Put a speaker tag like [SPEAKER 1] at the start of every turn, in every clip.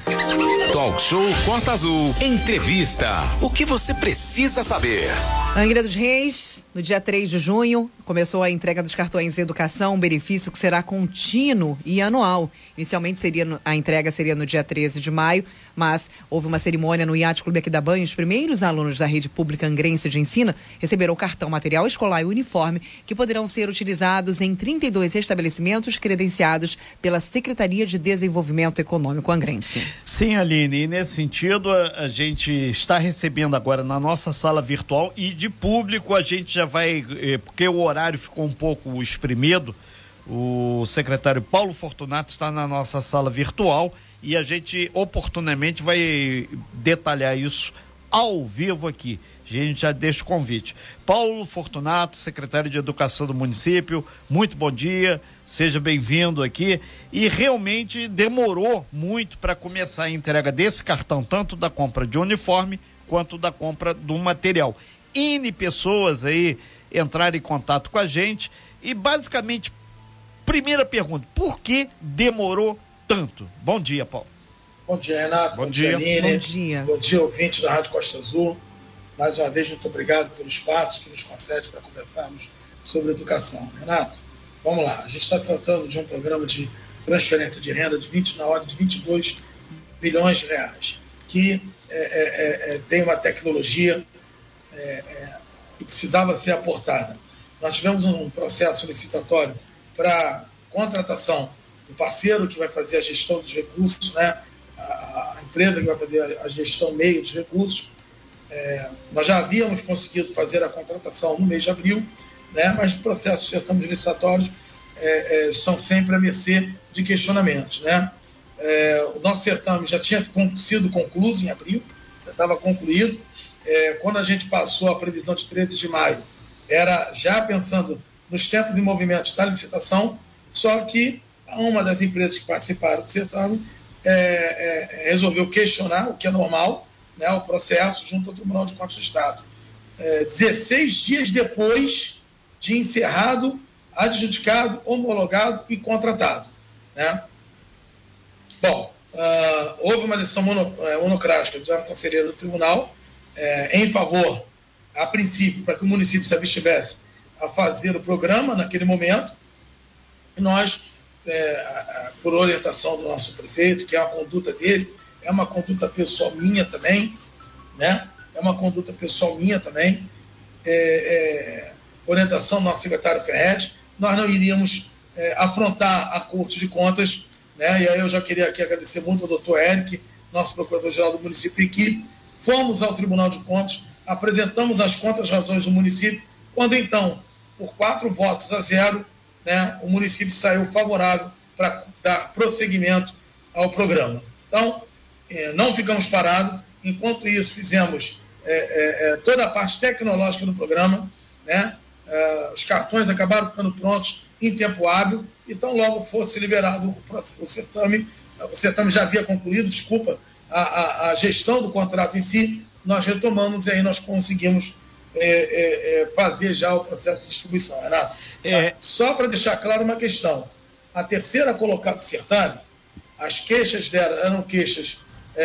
[SPEAKER 1] Talk Show Costa Azul. Entrevista. O que você precisa saber?
[SPEAKER 2] Angra dos Reis, no dia 3 de junho, começou a entrega dos cartões Educação, um benefício que será contínuo e anual. Inicialmente a entrega seria no dia 13 de maio, mas houve uma cerimônia no Yacht Clube Aquidauana e os primeiros alunos da rede pública angrense de ensino receberão o cartão material escolar e uniforme, que poderão ser utilizados em 32 estabelecimentos credenciados pela Secretaria de Desenvolvimento Econômico Angrense.
[SPEAKER 3] Sim, Aline, e nesse sentido a gente está recebendo agora na nossa sala virtual e de público a gente já vai, porque o horário ficou um pouco espremido, o secretário Paulo Fortunato está na nossa sala virtual e a gente oportunamente vai detalhar isso ao vivo aqui. A gente já deixa o convite. Paulo Fortunato, secretário de Educação do município, muito bom dia, seja bem-vindo aqui. E realmente demorou muito para começar a entrega desse cartão, tanto da compra de uniforme quanto da compra do material. N pessoas aí entraram em contato com a gente e basicamente, primeira pergunta, por que demorou tanto? Bom dia, Paulo.
[SPEAKER 4] Bom dia, Renato.
[SPEAKER 3] Bom dia,
[SPEAKER 4] Aline.
[SPEAKER 2] Bom dia.
[SPEAKER 4] Bom dia, ouvinte da Rádio Costa Azul. Mais uma vez, muito obrigado pelo espaço que nos concede para conversarmos sobre educação. Renato, vamos lá. A gente está tratando de um programa de transferência de renda na ordem de 22 bilhões de reais, que tem uma tecnologia que precisava ser aportada. Nós tivemos um processo licitatório para contratação do parceiro que vai fazer a gestão dos recursos, né? A empresa que vai fazer a gestão meio dos recursos. Nós já havíamos conseguido fazer a contratação no mês de abril, né? Mas os processos certames licitatórios são sempre à mercê de questionamentos, né? O nosso certame já tinha sido concluído em abril, já estava concluído. Quando a gente passou a previsão de 13 de maio, era já pensando nos tempos e movimentos da licitação, só que uma das empresas que participaram do certame resolveu questionar, o que é normal, né, o processo junto ao Tribunal de Contas do Estado. 16 dias depois de encerrado, adjudicado, homologado e contratado, né? Bom, houve uma decisão monocrática do conselheiro do tribunal em favor, a princípio, para que o município se abstivesse a fazer o programa naquele momento, e nós, por orientação do nosso prefeito, que é uma conduta dele, é uma conduta pessoal minha também, né? Orientação do nosso secretário Ferretti, nós não iríamos afrontar a Corte de Contas, né? E aí eu já queria aqui agradecer muito ao doutor Eric, nosso procurador-geral do município e equipe. Fomos ao Tribunal de Contas, apresentamos as contras-razões do município, quando então, por 4-0, né, o município saiu favorável para dar prosseguimento ao programa. Então, não ficamos parados. Enquanto isso, fizemos toda a parte tecnológica do programa, né? Os cartões acabaram ficando prontos em tempo hábil, então logo fosse liberado o certame já havia concluído, a gestão do contrato em si, nós retomamos e aí nós conseguimos fazer já o processo de distribuição. Renato, só para deixar claro uma questão, a terceira colocada do certame, as queixas dela eram queixas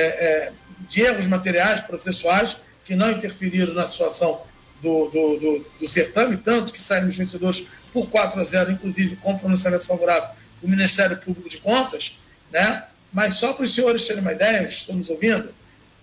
[SPEAKER 4] de erros materiais, processuais, que não interferiram na situação do certame, tanto que saímos vencedores por 4-0, inclusive com pronunciamento favorável do Ministério Público de Contas, né? Mas só para os senhores terem uma ideia, estamos ouvindo,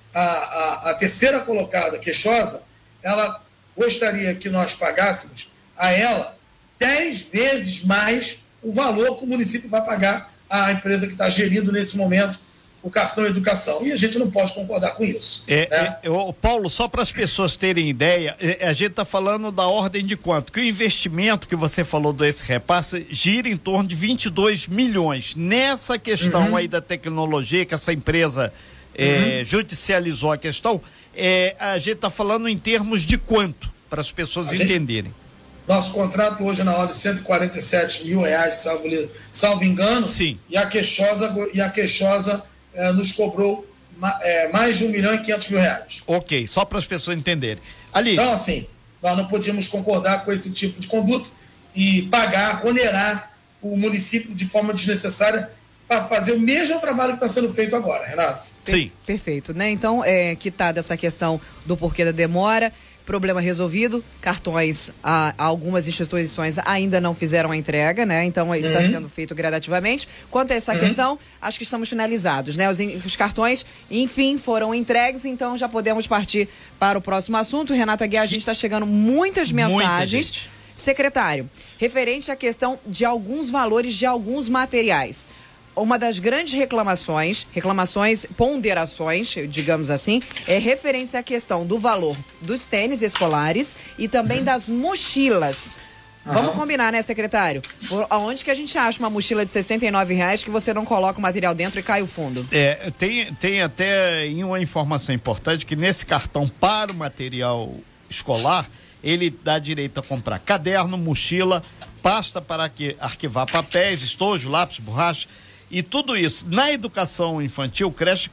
[SPEAKER 4] a terceira colocada, queixosa, ela gostaria que nós pagássemos a ela 10 vezes mais o valor que o município vai pagar à empresa que está gerindo nesse momento o cartão educação. E a gente não pode concordar com isso.
[SPEAKER 3] Paulo, só para as pessoas terem ideia, a gente está falando da ordem de quanto? Que o investimento que você falou desse repasse gira em torno de 22 milhões. Nessa questão aí da tecnologia, que essa empresa judicializou a questão, a gente está falando em termos de quanto? Para as pessoas entenderem.
[SPEAKER 4] Nosso contrato hoje é na ordem de 147 mil reais, salvo engano.
[SPEAKER 3] Sim.
[SPEAKER 4] E a queixosa nos cobrou mais de 1.500.000 reais.
[SPEAKER 3] Ok, só para as pessoas entenderem. Ali.
[SPEAKER 4] Então, assim, nós não podíamos concordar com esse tipo de conduta e onerar o município de forma desnecessária para fazer o mesmo trabalho que está sendo feito agora, Renato.
[SPEAKER 3] Sim.
[SPEAKER 2] Perfeito, né? Então, quitada essa questão do porquê da demora, problema resolvido, cartões, algumas instituições ainda não fizeram a entrega, né? Então, está sendo feito gradativamente. Quanto a essa questão, acho que estamos finalizados, né? Os cartões, enfim, foram entregues, então já podemos partir para o próximo assunto. Renato Aguiar, a gente está chegando muitas mensagens. Secretário, referente à questão de alguns valores de alguns materiais. Uma das grandes reclamações, ponderações, digamos assim, é referência à questão do valor dos tênis escolares e também das mochilas. Vamos combinar, né, secretário? Aonde que a gente acha uma mochila de R$69 que você não coloca o material dentro e cai o fundo?
[SPEAKER 3] Tem até uma informação importante que nesse cartão para o material escolar, ele dá direito a comprar caderno, mochila, pasta para arquivar papéis, estojo, lápis, borracha e tudo isso. Na educação infantil, creche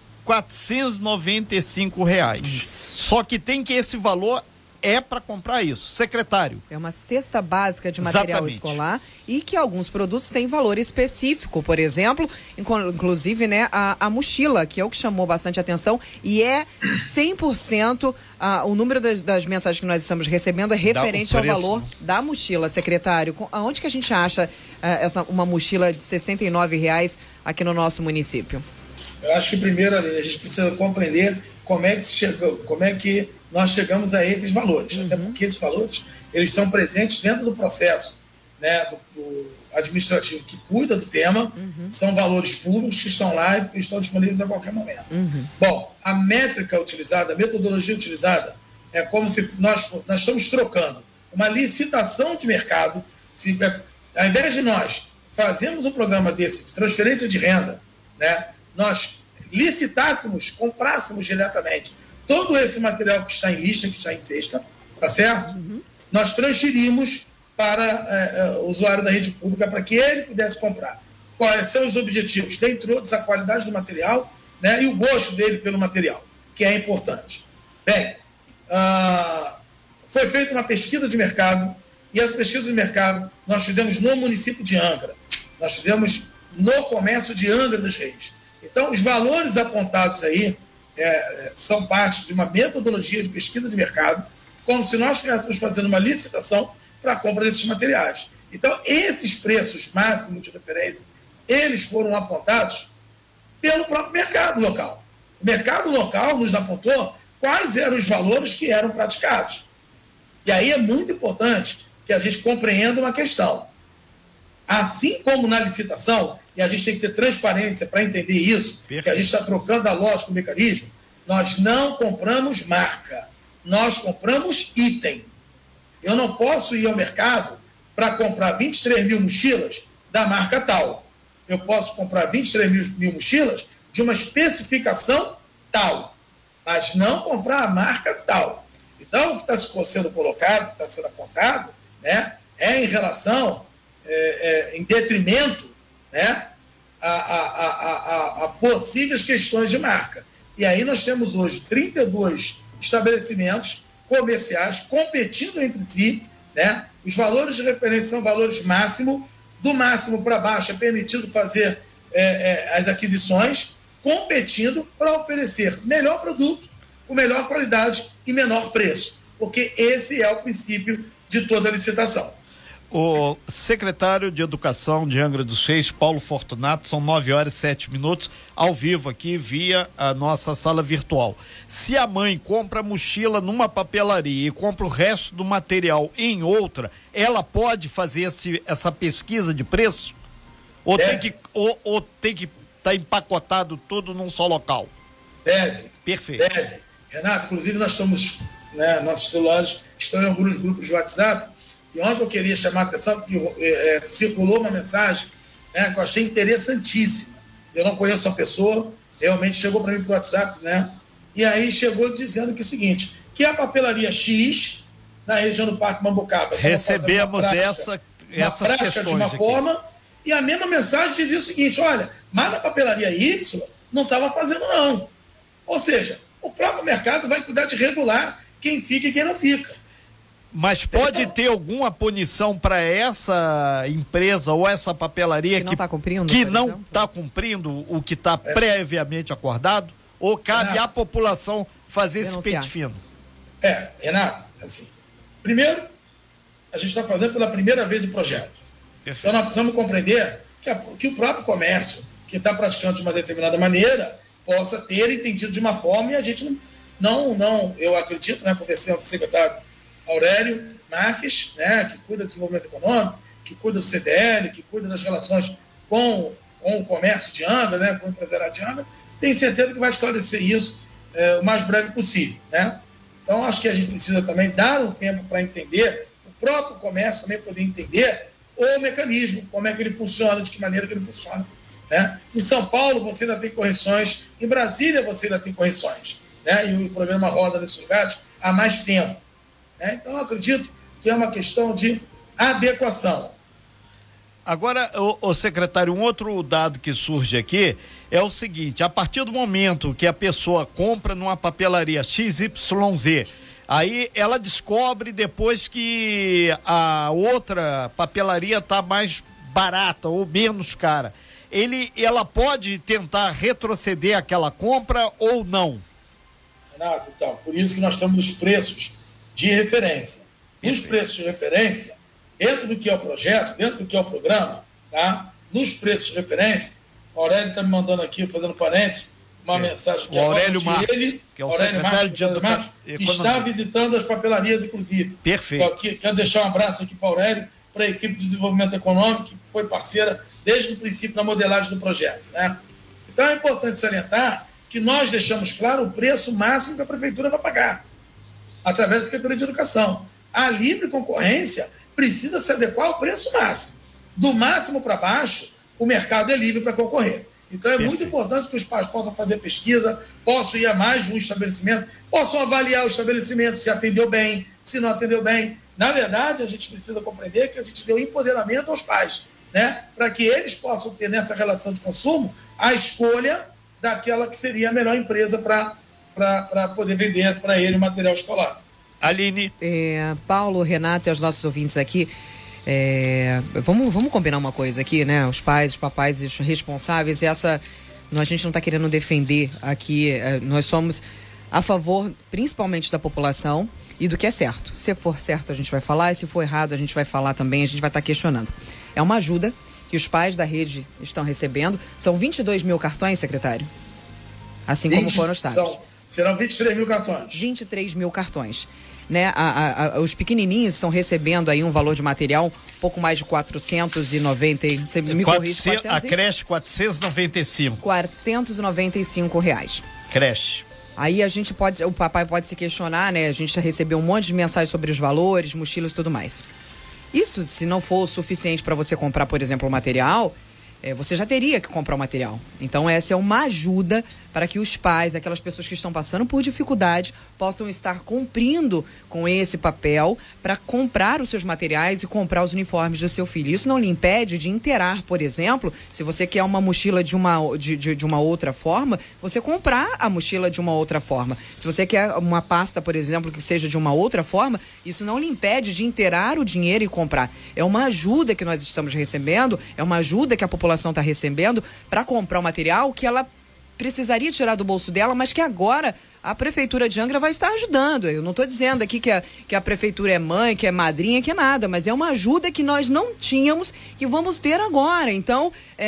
[SPEAKER 3] R$495. Só que tem que esse valor é para comprar isso. Secretário.
[SPEAKER 2] É uma cesta básica de material escolar e que alguns produtos têm valor específico. Por exemplo, inclusive, né, a mochila, que é o que chamou bastante atenção e é 100%, o número das mensagens que nós estamos recebendo é referente ao valor da mochila, secretário. Aonde que a gente acha uma mochila de R$69 aqui no nosso município?
[SPEAKER 4] Eu acho que primeiro, a gente precisa compreender como é que nós chegamos a esses valores, até porque esses valores, eles são presentes dentro do processo, né, do administrativo que cuida do tema, são valores públicos que estão lá e estão disponíveis a qualquer momento. Bom, a métrica utilizada, a metodologia utilizada, é como se nós estamos trocando uma licitação de mercado, ao invés de nós fazermos um programa desse de transferência de renda, né, nós licitássemos, comprássemos diretamente todo esse material que está em lista, que está em cesta, tá certo? Nós transferimos para o usuário da rede pública para que ele pudesse comprar. Quais são os objetivos? Dentre outros, a qualidade do material, né, e o gosto dele pelo material, que é importante. Bem, foi feita uma pesquisa de mercado, e essa pesquisa de mercado nós fizemos no município de Angra, nós fizemos no comércio de Angra dos Reis. Então, os valores apontados aí são parte de uma metodologia de pesquisa de mercado, como se nós estivéssemos fazendo uma licitação para a compra desses materiais. Então, esses preços máximos de referência, eles foram apontados pelo próprio mercado local. O mercado local nos apontou quais eram os valores que eram praticados. E aí é muito importante que a gente compreenda uma questão. Assim como na licitação, e a gente tem que ter transparência para entender isso, que a gente está trocando a lógica, o mecanismo, nós não compramos marca, nós compramos item. Eu não posso ir ao mercado para comprar 23 mil mochilas da marca tal. Eu posso comprar 23 mil mochilas de uma especificação tal, mas não comprar a marca tal. Então, o que está sendo colocado, o que está sendo apontado, né, é em relação, em detrimento, né, a possíveis questões de marca. E aí nós temos hoje 32 estabelecimentos comerciais competindo entre si, né? Os valores de referência são valores máximo, do máximo para baixo é permitido fazer as aquisições, competindo para oferecer melhor produto, com melhor qualidade e menor preço, porque esse é o princípio de toda a licitação.
[SPEAKER 3] O secretário de Educação de Angra dos Reis, Paulo Fortunato, são 9h07, ao vivo aqui via a nossa sala virtual. Se a mãe compra mochila numa papelaria e compra o resto do material em outra, ela pode fazer essa pesquisa de preço? Ou tem que estar empacotado tudo num só local?
[SPEAKER 4] Deve.
[SPEAKER 3] Perfeito.
[SPEAKER 4] Deve. Renato, inclusive nós estamos, né, nossos celulares estão em alguns grupos de WhatsApp. E ontem eu queria chamar a atenção porque circulou uma mensagem, né, que eu achei interessantíssima. Eu não conheço a pessoa, realmente chegou para mim pelo WhatsApp, né? E aí chegou dizendo que é o seguinte, que a papelaria X, na região do Parque Mambucaba...
[SPEAKER 3] Recebemos essas questões
[SPEAKER 4] de uma
[SPEAKER 3] aqui.
[SPEAKER 4] forma, e a mesma mensagem dizia o seguinte, olha, mas na papelaria Y não estava fazendo não. Ou seja, o próprio mercado vai cuidar de regular quem fica e quem não fica.
[SPEAKER 3] Mas pode ter alguma punição para essa empresa ou essa papelaria
[SPEAKER 2] que não está cumprindo,
[SPEAKER 3] que não está cumprindo o que está previamente acordado? Ou cabe à população fazer esse pente fino?
[SPEAKER 4] Renato, assim, primeiro, a gente está fazendo pela primeira vez o projeto. Perfeito. Então nós precisamos compreender que o próprio comércio, que está praticando de uma determinada maneira, possa ter entendido de uma forma, e a gente não eu acredito, né, conversando com o secretário Aurélio Marques, né, que cuida do desenvolvimento econômico, que cuida do CDL, que cuida das relações com o comércio de Angra, né, com o empresariado de Angra, tenho certeza que vai esclarecer isso o mais breve possível, né? Então, acho que a gente precisa também dar um tempo para entender, o próprio comércio também poder entender o mecanismo, como é que ele funciona, de que maneira que ele funciona, né? Em São Paulo, você ainda tem correções, em Brasília, você ainda tem correções, né? E o programa roda nesses lugares há mais tempo, né? Então, eu acredito que é uma questão de adequação.
[SPEAKER 3] Agora, o secretário, um outro dado que surge aqui é o seguinte: a partir do momento que a pessoa compra numa papelaria XYZ, aí ela descobre depois que a outra papelaria está mais barata ou menos cara, ela pode tentar retroceder aquela compra ou não?
[SPEAKER 4] Renato, então, por isso que nós temos os preços de referência. Os preços de referência, dentro do que é o projeto, dentro do que é o programa, tá? Nos preços de referência, o Aurélio está me mandando aqui, fazendo parênteses, uma mensagem que
[SPEAKER 3] o Aurélio Marques, que é o secretário de Educação,
[SPEAKER 4] está visitando as papelarias, inclusive.
[SPEAKER 3] Perfeito.
[SPEAKER 4] Quero deixar um abraço aqui para o Aurélio, para a equipe de desenvolvimento econômico, que foi parceira desde o princípio da modelagem do projeto, né? Então é importante salientar que nós deixamos claro o preço máximo que a Prefeitura vai pagar, através da Secretaria de Educação. A livre concorrência precisa se adequar ao preço máximo. Do máximo para baixo, o mercado é livre para concorrer. Então é muito importante que os pais possam fazer pesquisa, possam ir a mais de um estabelecimento, possam avaliar o estabelecimento, se atendeu bem, se não atendeu bem. Na verdade, a gente precisa compreender que a gente deu empoderamento aos pais, né? Para que eles possam ter nessa relação de consumo a escolha daquela que seria a melhor empresa para poder vender para ele o material escolar.
[SPEAKER 3] Aline.
[SPEAKER 2] Paulo, Renato e aos nossos ouvintes aqui, vamos combinar uma coisa aqui, né? Os pais, os papais e os responsáveis, a gente não está querendo defender aqui, nós somos a favor principalmente da população e do que é certo. Se for certo a gente vai falar, e se for errado a gente vai falar também, a gente vai estar questionando. É uma ajuda que os pais da rede estão recebendo. São 22 mil cartões, secretário? Assim como foram os estados.
[SPEAKER 4] Serão 23 mil cartões. 23
[SPEAKER 2] mil cartões. Né? Os pequenininhos estão recebendo aí um valor de material um pouco mais de 490, você me corrige, 400,
[SPEAKER 3] a creche 495.
[SPEAKER 2] 495 reais.
[SPEAKER 3] Creche.
[SPEAKER 2] Aí o papai pode se questionar, né? A gente recebeu um monte de mensagens sobre os valores, mochilas e tudo mais. Isso, se não for o suficiente para você comprar, por exemplo, o material, você já teria que comprar o material. Então, essa é uma ajuda para que os pais, aquelas pessoas que estão passando por dificuldade, possam estar cumprindo com esse papel para comprar os seus materiais e comprar os uniformes do seu filho. Isso não lhe impede de inteirar, por exemplo, se você quer uma mochila de uma outra forma, você comprar a mochila de uma outra forma. Se você quer uma pasta, por exemplo, que seja de uma outra forma, isso não lhe impede de inteirar o dinheiro e comprar. É uma ajuda que nós estamos recebendo, é uma ajuda que a população está recebendo para comprar o material que ela precisaria tirar do bolso dela, mas que agora a Prefeitura de Angra vai estar ajudando. Eu não estou dizendo aqui que a Prefeitura é mãe, que é madrinha, que é nada, mas é uma ajuda que nós não tínhamos, que vamos ter agora. Então,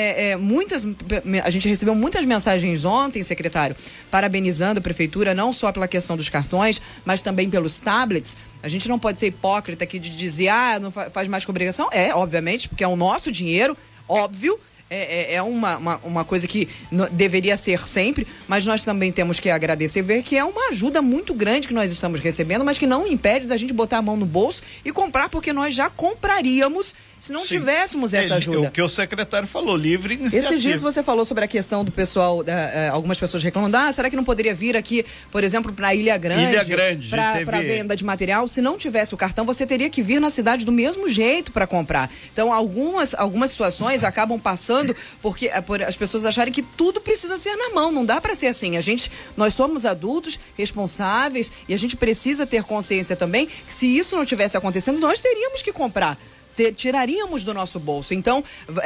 [SPEAKER 2] a gente recebeu muitas mensagens ontem, secretário, parabenizando a Prefeitura, não só pela questão dos cartões, mas também pelos tablets. A gente não pode ser hipócrita aqui de dizer, não faz mais que obrigação. Obviamente, porque é o nosso dinheiro, óbvio. É uma coisa que deveria ser sempre, mas nós também temos que agradecer, ver que é uma ajuda muito grande que nós estamos recebendo, mas que não impede da gente botar a mão no bolso e comprar, porque nós já compraríamos se não tivéssemos essa ajuda.
[SPEAKER 3] O que o secretário falou, livre iniciativa.
[SPEAKER 2] Esses dias você falou sobre a questão do pessoal, algumas pessoas reclamando, será que não poderia vir aqui, por exemplo, para Ilha Grande, para venda de material? Se não tivesse o cartão, você teria que vir na cidade do mesmo jeito para comprar. Então, algumas situações acabam passando por as pessoas acharem que tudo precisa ser na mão, não dá para ser assim. Nós somos adultos, responsáveis, e a gente precisa ter consciência também que se isso não tivesse acontecendo, nós teríamos que comprar, tiraríamos do nosso bolso. Então,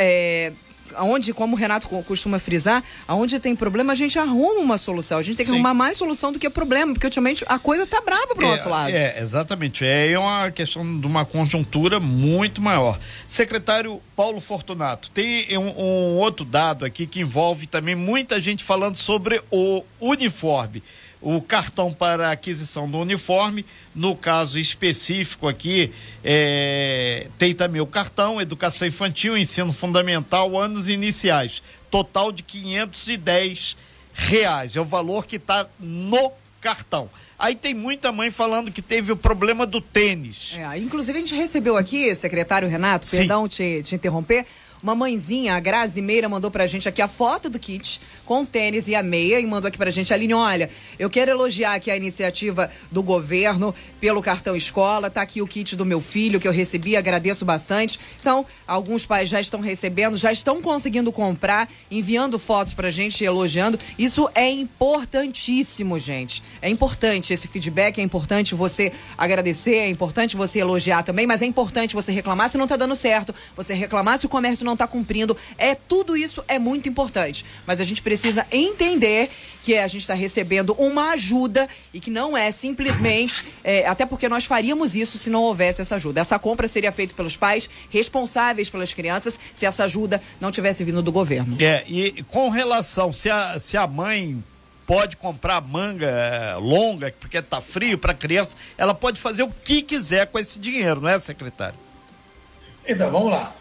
[SPEAKER 2] como o Renato costuma frisar, aonde tem problema, a gente arruma uma solução. A gente tem que arrumar mais solução do que problema, porque ultimamente a coisa tá braba pro nosso lado.
[SPEAKER 3] Exatamente. É uma questão de uma conjuntura muito maior. Secretário Paulo Fortunato, tem um outro dado aqui que envolve também muita gente falando sobre o uniforme. O cartão para aquisição do uniforme, no caso específico aqui, tem também o cartão Educação Infantil, Ensino Fundamental, anos iniciais, total de R$510, é o valor que está no cartão. Aí tem muita mãe falando que teve o problema do tênis.
[SPEAKER 2] Inclusive a gente recebeu aqui, secretário Renato, perdão te interromper, uma mãezinha, a Grazi Meira, mandou pra gente aqui a foto do kit com o tênis e a meia e mandou aqui pra gente, Aline, olha, eu quero elogiar aqui a iniciativa do governo pelo cartão escola, tá aqui o kit do meu filho que eu recebi, agradeço bastante. Então, alguns pais já estão recebendo, já estão conseguindo comprar, enviando fotos pra gente e elogiando. Isso é importantíssimo, gente. É importante esse feedback, é importante você agradecer, é importante você elogiar também, mas é importante você reclamar se não tá dando certo, você reclamar se o comércio não está cumprindo, tudo isso é muito importante, mas a gente precisa entender que a gente está recebendo uma ajuda e que não é simplesmente, até porque nós faríamos isso se não houvesse essa ajuda. Essa compra seria feita pelos pais responsáveis pelas crianças se essa ajuda não tivesse vindo do governo.
[SPEAKER 3] E com relação, se a mãe pode comprar manga longa, porque está frio para criança, ela pode fazer o que quiser com esse dinheiro, não é, secretário?
[SPEAKER 4] Então, vamos lá.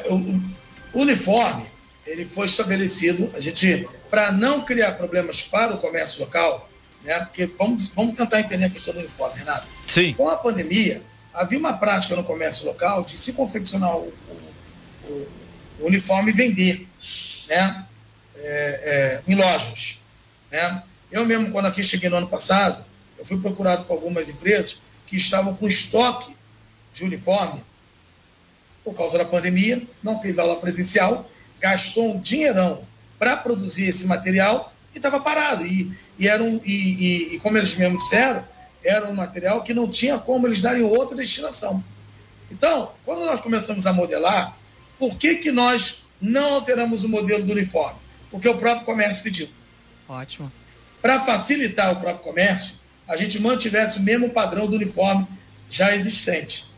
[SPEAKER 4] O uniforme, ele foi estabelecido, para não criar problemas para o comércio local, né? Porque vamos tentar entender a questão do uniforme, Renato.
[SPEAKER 3] Sim.
[SPEAKER 4] Com a pandemia, havia uma prática no comércio local de se confeccionar o uniforme e vender, né? Em lojas, né? Eu mesmo, quando aqui cheguei no ano passado, eu fui procurado por algumas empresas que estavam com estoque de uniforme. Por causa da pandemia, não teve aula presencial, gastou um dinheirão para produzir esse material e estava parado. E como eles mesmos disseram, era um material que não tinha como eles darem outra destinação. Então, quando nós começamos a modelar, por que nós não alteramos o modelo do uniforme? Porque o próprio comércio pediu.
[SPEAKER 2] Ótimo.
[SPEAKER 4] Para facilitar o próprio comércio, a gente mantivesse o mesmo padrão do uniforme já existente.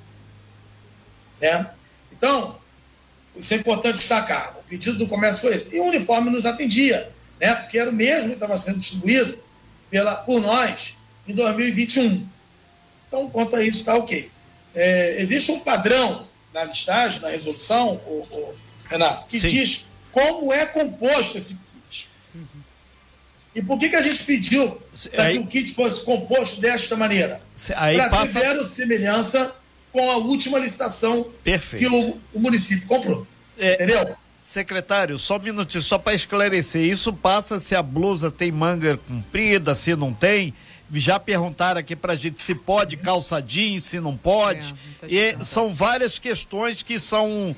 [SPEAKER 4] Né? Então, isso é importante destacar. O pedido do comércio foi esse. E o uniforme nos atendia, né? Porque era o mesmo que estava sendo distribuído por nós em 2021. Então, quanto a isso, está ok. Existe um padrão na listagem, na resolução, Renato, que diz como é composto esse kit. Uhum. E por que a gente pediu para que o kit fosse composto desta maneira? Para ter zero semelhança com a última licitação que o município comprou. Entendeu?
[SPEAKER 3] Secretário, só um minutinho, só para esclarecer, isso passa se a blusa tem manga comprida, se não tem? Já perguntaram aqui pra gente se pode calça jeans, se não pode. São várias questões que são...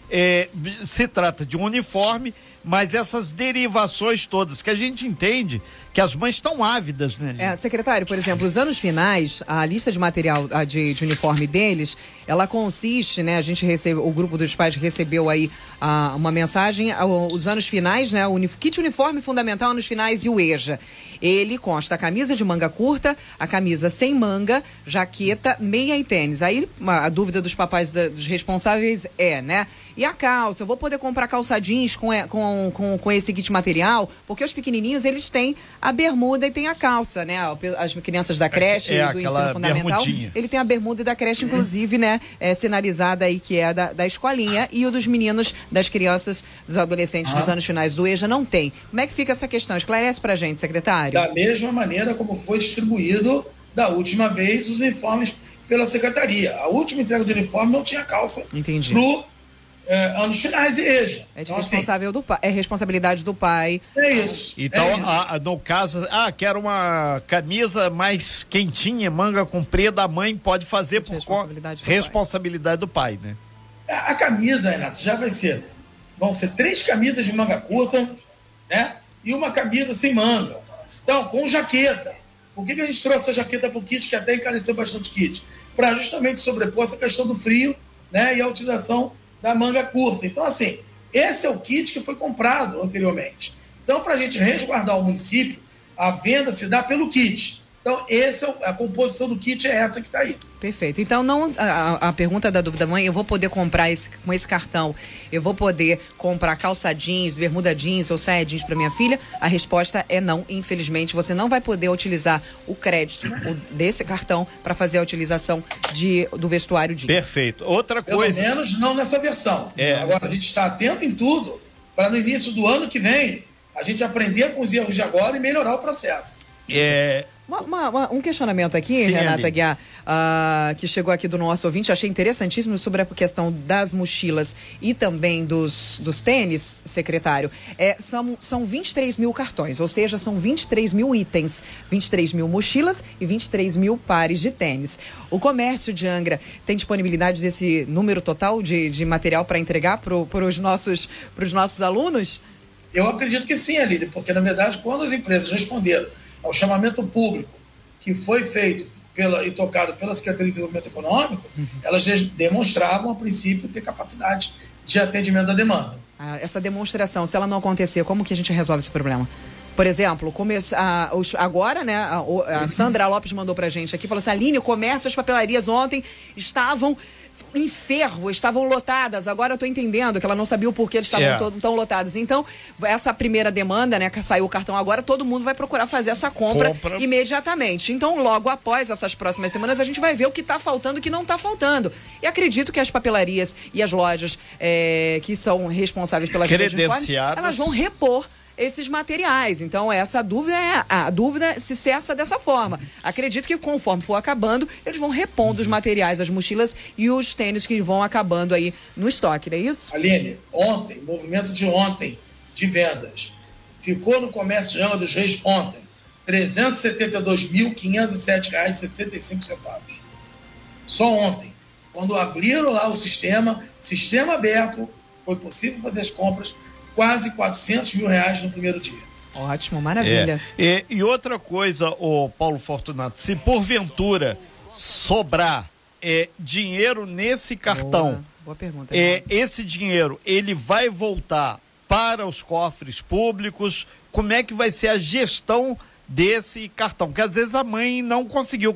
[SPEAKER 3] se trata de um uniforme, mas essas derivações todas que a gente entende que as mães estão ávidas, né?
[SPEAKER 2] Secretário, por exemplo, os anos finais, a lista de material de uniforme deles, ela consiste, né? O grupo dos pais recebeu aí uma mensagem, os anos finais, né? O kit uniforme fundamental, anos finais e o EJA. Ele consta a camisa de manga curta, a camisa sem manga, jaqueta, meia e tênis. Aí a dúvida dos papais dos responsáveis né? E a calça? Eu vou poder comprar calça jeans com esse kit material? Porque os pequenininhos, eles têm a bermuda e tem a calça, né? As crianças da creche do ensino fundamental, bermudinha. Ele tem a bermuda da creche, inclusive, né? Sinalizada aí que é da escolinha, e o dos meninos, das crianças, dos adolescentes dos anos finais do EJA não tem. Como é que fica essa questão? Esclarece pra gente, secretário.
[SPEAKER 4] Da mesma maneira como foi distribuído da última vez os uniformes pela secretaria. A última entrega de uniforme não tinha calça anos finais de EJA.
[SPEAKER 2] É de responsável do pai, é responsabilidade do pai.
[SPEAKER 4] É isso.
[SPEAKER 3] Então, no caso, quero uma camisa mais quentinha, manga comprida, a mãe pode fazer por responsabilidade do pai, né?
[SPEAKER 4] A camisa, Renato, vão ser 3 camisas de manga curta, né? E uma camisa sem manga. Então, com jaqueta. Por que a gente trouxe a jaqueta para o kit, que até encareceu bastante o kit? Para justamente sobrepor essa questão do frio, né? E a utilização da manga curta. Então, assim, esse é o kit que foi comprado anteriormente. Então, para a gente resguardar o município, a venda se dá pelo kit. Então, a composição do kit é essa que está aí.
[SPEAKER 2] Perfeito. Então, a pergunta da dúvida, mãe, eu vou poder comprar com esse cartão, eu vou poder comprar calça jeans, bermuda jeans ou saia jeans para minha filha? A resposta é não, infelizmente. Você não vai poder utilizar o crédito desse cartão para fazer a utilização do vestuário jeans.
[SPEAKER 3] Perfeito. Outra coisa...
[SPEAKER 4] Pelo menos não nessa versão. Agora, a gente está atento em tudo para no início do ano que vem a gente aprender com os erros de agora e melhorar o processo.
[SPEAKER 2] Um questionamento aqui,
[SPEAKER 3] Sim,
[SPEAKER 2] Renata Aguiar, que chegou aqui do nosso ouvinte, achei interessantíssimo sobre a questão das mochilas e também dos tênis, secretário. São 23 mil cartões, ou seja, são 23 mil itens, 23 mil mochilas e 23 mil pares de tênis. O comércio de Angra tem disponibilidade desse número total de material para entregar para os nossos alunos?
[SPEAKER 4] Eu acredito que sim, Aline, porque, na verdade, quando as empresas responderam ao chamamento público que foi feito e tocado pela Secretaria de Desenvolvimento Econômico, elas demonstravam, a princípio, ter capacidade de atendimento da demanda.
[SPEAKER 2] Essa demonstração, se ela não acontecer, como que a gente resolve esse problema? Por exemplo, agora, né, a Sandra Lopes mandou pra gente aqui, falou assim, Aline, o comércio, as papelarias ontem estavam em fervo, estavam lotadas. Agora eu tô entendendo que ela não sabia o porquê eles estavam tão lotados. Então, essa primeira demanda, né, que saiu o cartão agora, todo mundo vai procurar fazer essa compra imediatamente. Então, logo após essas próximas semanas, a gente vai ver o que está faltando e o que não está faltando. E acredito que as papelarias e as lojas que são responsáveis pela venda de uniforme, elas vão repor esses materiais. Então, essa dúvida a dúvida se cessa dessa forma. Acredito que conforme for acabando, eles vão repondo os materiais, as mochilas e os tênis que vão acabando aí no estoque, não é isso?
[SPEAKER 4] Aline, movimento de ontem de vendas, ficou no comércio de Angra dos Reis ontem, R$ 372.507,65. Só ontem. Quando abriram lá o sistema aberto, foi possível fazer as compras, quase R$400 mil no primeiro dia.
[SPEAKER 2] Ótimo, maravilha.
[SPEAKER 3] E outra coisa, Paulo Fortunato, se porventura sobrar dinheiro nesse cartão,
[SPEAKER 2] boa pergunta,
[SPEAKER 3] esse dinheiro, ele vai voltar para os cofres públicos? Como é que vai ser a gestão desse cartão? Porque às vezes a mãe não conseguiu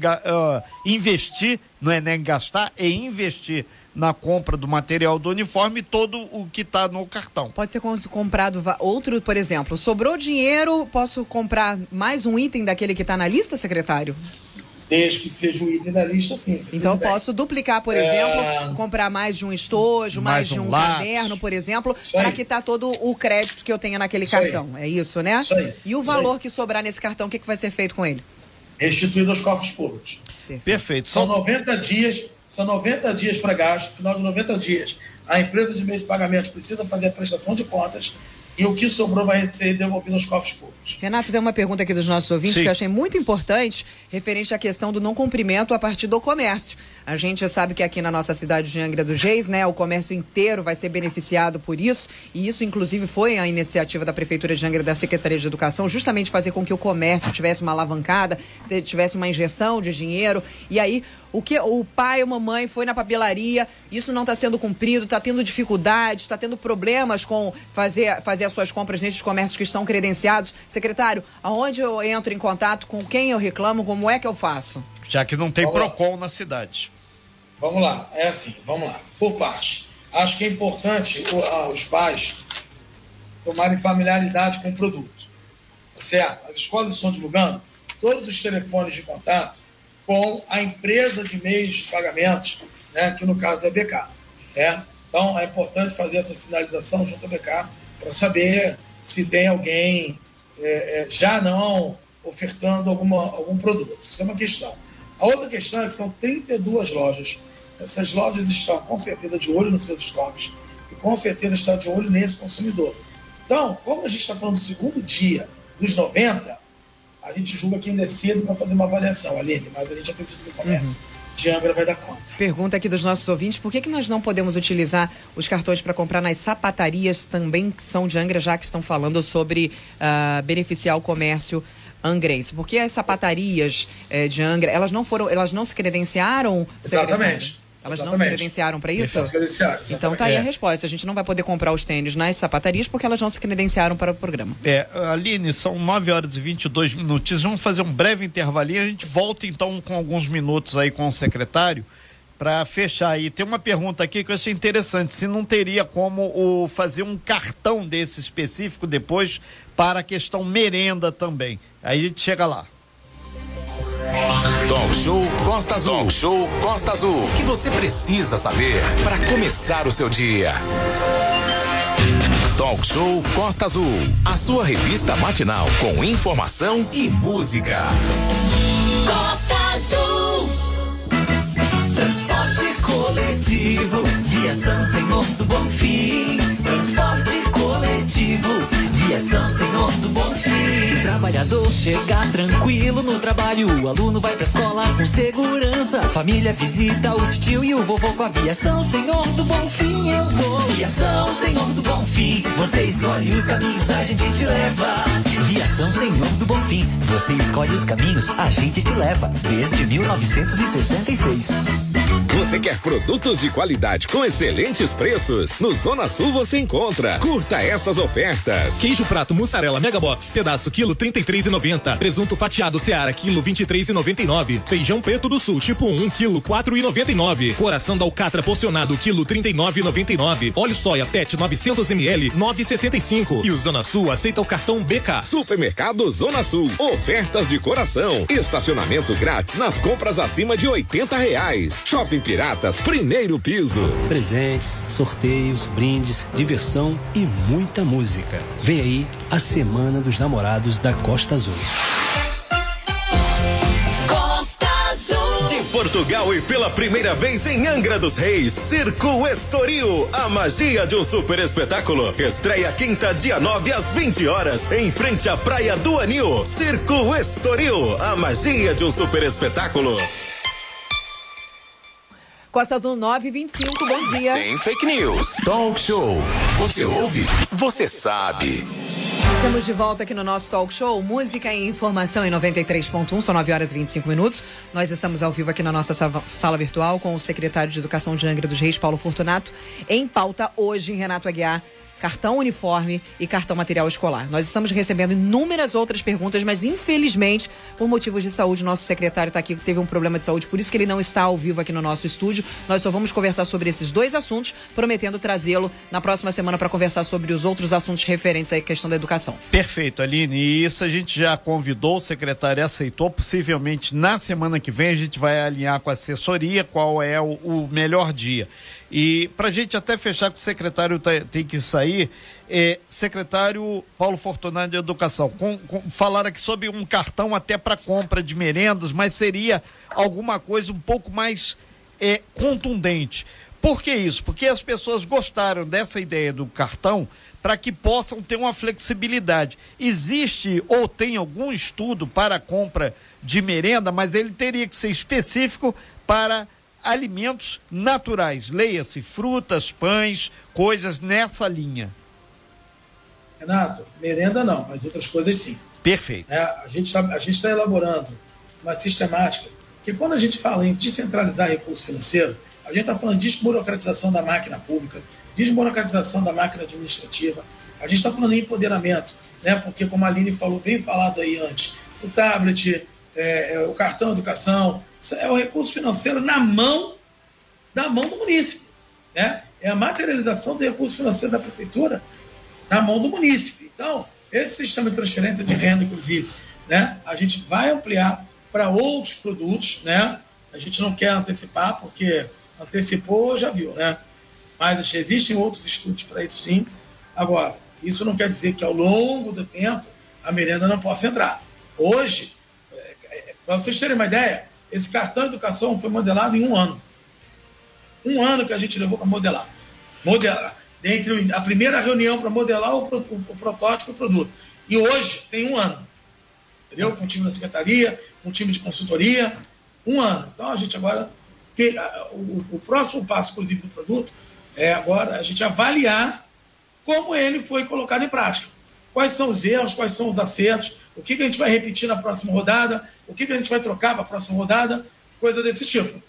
[SPEAKER 3] investir, não é nem gastar, é investir na compra do material do uniforme, todo o que está no cartão.
[SPEAKER 2] Pode ser comprado outro, por exemplo, sobrou dinheiro, posso comprar mais um item daquele que está na lista, secretário?
[SPEAKER 4] Desde que seja o item da lista, sim.
[SPEAKER 2] Então posso duplicar, por exemplo, comprar mais de um estojo, mais de um caderno, por exemplo, para quitar todo o crédito que eu tenha naquele cartão. É isso, né?
[SPEAKER 4] Isso aí.
[SPEAKER 2] E o valor que sobrar nesse cartão, o que vai ser feito com ele?
[SPEAKER 4] Restituído aos cofres públicos.
[SPEAKER 3] Perfeito.
[SPEAKER 4] São 90 dias para gasto. Final de 90 dias, a empresa de meios de pagamentos precisa fazer a prestação de contas e o que sobrou vai ser devolvido aos cofres públicos.
[SPEAKER 2] Renato, tem uma pergunta aqui dos nossos ouvintes que eu achei muito importante, referente à questão do não cumprimento a partir do comércio. A gente sabe que aqui na nossa cidade de Angra dos Reis, né, o comércio inteiro vai ser beneficiado por isso, e isso inclusive foi a iniciativa da Prefeitura de Angra, da Secretaria de Educação, justamente fazer com que o comércio tivesse uma alavancada, tivesse uma injeção de dinheiro, e aí o pai ou mamãe foi na papelaria, isso não está sendo cumprido, está tendo dificuldade, está tendo problemas com fazer as suas compras nesses comércios que estão credenciados. Secretário, aonde eu entro em contato, com quem eu reclamo, como é que eu faço?
[SPEAKER 3] Já que não tem PROCON na cidade.
[SPEAKER 4] Vamos lá, vamos lá, por parte. Acho que é importante os pais tomarem familiaridade com o produto, certo? As escolas estão divulgando todos os telefones de contato com a empresa de meios de pagamentos, né, que no caso é a BK. Né? Então é importante fazer essa sinalização junto à BK para saber se tem alguém já não ofertando algum produto. Isso é uma questão. A outra questão é que são 32 lojas essas lojas estão com certeza de olho nos seus estoques e com certeza estão de olho nesse consumidor. Então, como a gente está falando do segundo dia dos 90, a gente julga que ainda é cedo para fazer uma avaliação, Aline, mas a gente acredita que o comércio de Angra vai dar conta.
[SPEAKER 2] Pergunta aqui dos nossos ouvintes, por que nós não podemos utilizar os cartões para comprar nas sapatarias também que são de Angra, já que estão falando sobre beneficiar o comércio angrense? Porque as sapatarias de Angra, elas não se credenciaram?
[SPEAKER 4] Exatamente.
[SPEAKER 2] Elas não se credenciaram para isso?
[SPEAKER 4] Não se credenciaram, exatamente.
[SPEAKER 2] Então tá aí a resposta. A gente não vai poder comprar os tênis nas sapatarias porque elas não se credenciaram para o programa.
[SPEAKER 3] Aline, são 9h22. Vamos fazer um breve intervalinho. A gente volta então com alguns minutos aí com o secretário para fechar aí. Tem uma pergunta aqui que eu achei interessante. Se não teria como fazer um cartão desse específico depois para a questão merenda também. Aí a gente chega lá.
[SPEAKER 1] Talk Show Costa Azul. Talk Show Costa Azul. O que você precisa saber para começar o seu dia? Talk Show Costa Azul. A sua revista matinal com informação e música.
[SPEAKER 5] Costa Azul. Transporte coletivo. Viação Senhor do Bonfim. Transporte coletivo. Viação Senhor do Bonfim. O trabalhador chega tranquilo no trabalho, o aluno vai pra escola com segurança, a família visita o tio e o vovô com a Viação Senhor do Bonfim. Eu vou. Viação Senhor do Bonfim, você escolhe os caminhos, a gente te leva. Viação Senhor do Bonfim, você escolhe os caminhos, a gente te leva. Desde 1966.
[SPEAKER 6] Você quer produtos de qualidade com excelentes preços? No Zona Sul você encontra. Curta essas ofertas.
[SPEAKER 7] Queijo prato mussarela Megabox, pedaço quilo R$33,90. Presunto fatiado Seara, quilo R$23,99. Feijão preto do Sul, tipo 1, quilo R$4,99. Coração da alcatra porcionado, quilo R$39,99. Óleo soia PET 900 ml, R$9,65. E o Zona Sul aceita o cartão BK.
[SPEAKER 6] Supermercado Zona Sul, ofertas de coração. Estacionamento grátis nas compras acima de R$80. Shopping Piratas, primeiro piso.
[SPEAKER 8] Presentes, sorteios, brindes, diversão e muita música. Vem aí a Semana dos Namorados da Costa Azul.
[SPEAKER 5] Costa Azul.
[SPEAKER 9] De Portugal e pela primeira vez em Angra dos Reis, Circo Estoril, a magia de um super espetáculo. Estreia quinta, dia 9 às 20 horas, em frente à Praia do Anil. Circo Estoril, a magia de um super espetáculo.
[SPEAKER 2] Costa Azul 9h25, bom dia.
[SPEAKER 1] Sem fake news. Talk Show. Você ouve? Você sabe.
[SPEAKER 2] Estamos de volta aqui no nosso Talk Show. Música e informação em 93.1, são 9h25. Nós estamos ao vivo aqui na nossa sala virtual com o secretário de Educação de Angra dos Reis, Paulo Fortunato. Em pauta hoje, Renato Aguiar, cartão uniforme e cartão material escolar. Nós estamos recebendo inúmeras outras perguntas, mas infelizmente, por motivos de saúde, nosso secretário está aqui, teve um problema de saúde, por isso que ele não está ao vivo aqui no nosso estúdio. Nós só vamos conversar sobre esses dois assuntos, prometendo trazê-lo na próxima semana para conversar sobre os outros assuntos referentes à questão da educação.
[SPEAKER 3] Perfeito, Aline. E isso a gente já convidou, o secretário aceitou. Possivelmente na semana que vem a gente vai alinhar com a assessoria qual é o melhor dia. E para a gente até fechar, que o secretário tem que sair, secretário Paulo Fortunato de Educação, falar aqui sobre um cartão até para compra de merendas, mas seria alguma coisa um pouco mais contundente. Por que isso? Porque as pessoas gostaram dessa ideia do cartão para que possam ter uma flexibilidade. Existe ou tem algum estudo para a compra de merenda, mas ele teria que ser específico para alimentos naturais, leia-se frutas, pães, coisas nessa linha.
[SPEAKER 4] Renato, merenda não, mas outras coisas sim.
[SPEAKER 3] Perfeito.
[SPEAKER 4] A gente está elaborando uma sistemática, que quando a gente fala em descentralizar recurso financeiro, a gente está falando de desburocratização da máquina pública, desburocratização da máquina administrativa, a gente está falando em empoderamento, né? Porque como a Aline falou, bem falado aí antes, o tablet, o cartão educação, é o recurso financeiro na mão do munícipe, né? É a materialização do recurso financeiro da prefeitura na mão do munícipe. Então, esse sistema de transferência de renda, inclusive, né? A gente vai ampliar para outros produtos, né? A gente não quer antecipar, porque antecipou, já viu, né? Mas existem outros estudos para isso sim. Agora, isso não quer dizer que ao longo do tempo a merenda não possa entrar. Hoje, para vocês terem uma ideia, esse cartão de educação foi modelado em 1 ano. Um ano que a gente levou para modelar. Entre a primeira reunião para modelar o protótipo, o produto. E hoje tem 1 ano. Entendeu? Com o time da secretaria, com o time de consultoria, 1 ano. Então a gente agora... O próximo passo, inclusive, do produto é agora a gente avaliar como ele foi colocado em prática. Quais são os erros, quais são os acertos, o que a gente vai repetir na próxima rodada, o que a gente vai trocar para a próxima rodada, coisa desse tipo.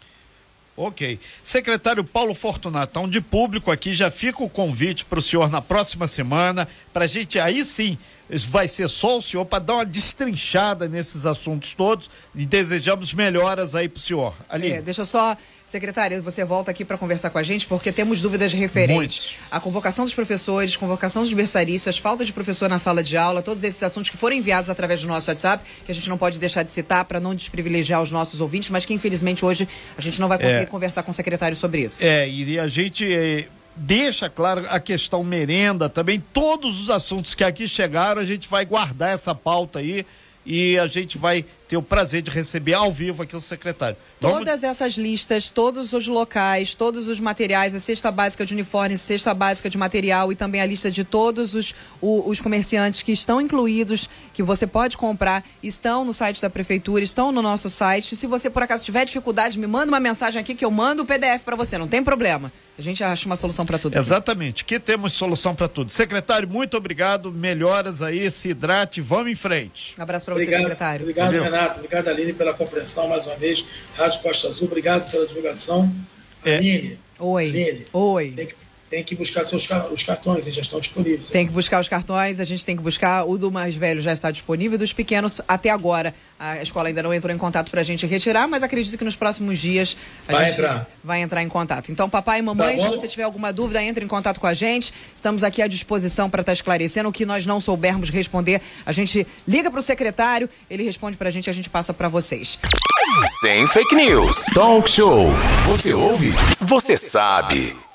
[SPEAKER 3] Ok. Secretário Paulo Fortunato, então de público aqui já fica o convite para o senhor na próxima semana, para a gente aí sim, vai ser só o senhor para dar uma destrinchada nesses assuntos todos e desejamos melhoras aí para o senhor. Aline.
[SPEAKER 2] Deixa eu só, secretário, você volta aqui para conversar com a gente porque temos dúvidas referentes à convocação dos professores, convocação dos berçaristas, falta de professor na sala de aula, todos esses assuntos que foram enviados através do nosso WhatsApp, que a gente não pode deixar de citar para não desprivilegiar os nossos ouvintes, mas que infelizmente hoje a gente não vai conseguir conversar com o secretário sobre isso.
[SPEAKER 3] E a gente... deixa claro a questão merenda também, todos os assuntos que aqui chegaram, a gente vai guardar essa pauta aí e a gente vai ter o prazer de receber ao vivo aqui o secretário.
[SPEAKER 2] Todas essas listas, todos os locais, todos os materiais, a cesta básica de uniforme, cesta básica de material e também a lista de todos os comerciantes que estão incluídos, que você pode comprar, estão no site da prefeitura, estão no nosso site. Se você por acaso tiver dificuldade, me manda uma mensagem aqui que eu mando o PDF para você, não tem problema. A gente acha uma solução para tudo.
[SPEAKER 3] Exatamente, aqui temos solução para tudo. Secretário, muito obrigado, melhoras aí, se hidrate, vamos em frente.
[SPEAKER 2] Um abraço para você, secretário.
[SPEAKER 4] Obrigado, Renato. Obrigado, Aline, pela compreensão mais uma vez. Rádio Costa Azul, obrigado pela divulgação. Aline.
[SPEAKER 2] Oi.
[SPEAKER 4] Aline,
[SPEAKER 2] oi.
[SPEAKER 4] Tem que buscar os cartões, já estão disponíveis.
[SPEAKER 2] Tem que buscar os cartões, a gente tem que buscar. O do mais velho já está disponível, dos pequenos até agora. A escola ainda não entrou em contato para a gente retirar, mas acredito que nos próximos dias a gente vai entrar em contato. Então, papai e mamãe, se você tiver alguma dúvida, entre em contato com a gente. Estamos aqui à disposição para estar esclarecendo. O que nós não soubermos responder, a gente liga para o secretário, ele responde para a gente passa para vocês.
[SPEAKER 1] Sem fake news. Talk show. Você ouve? Você sabe.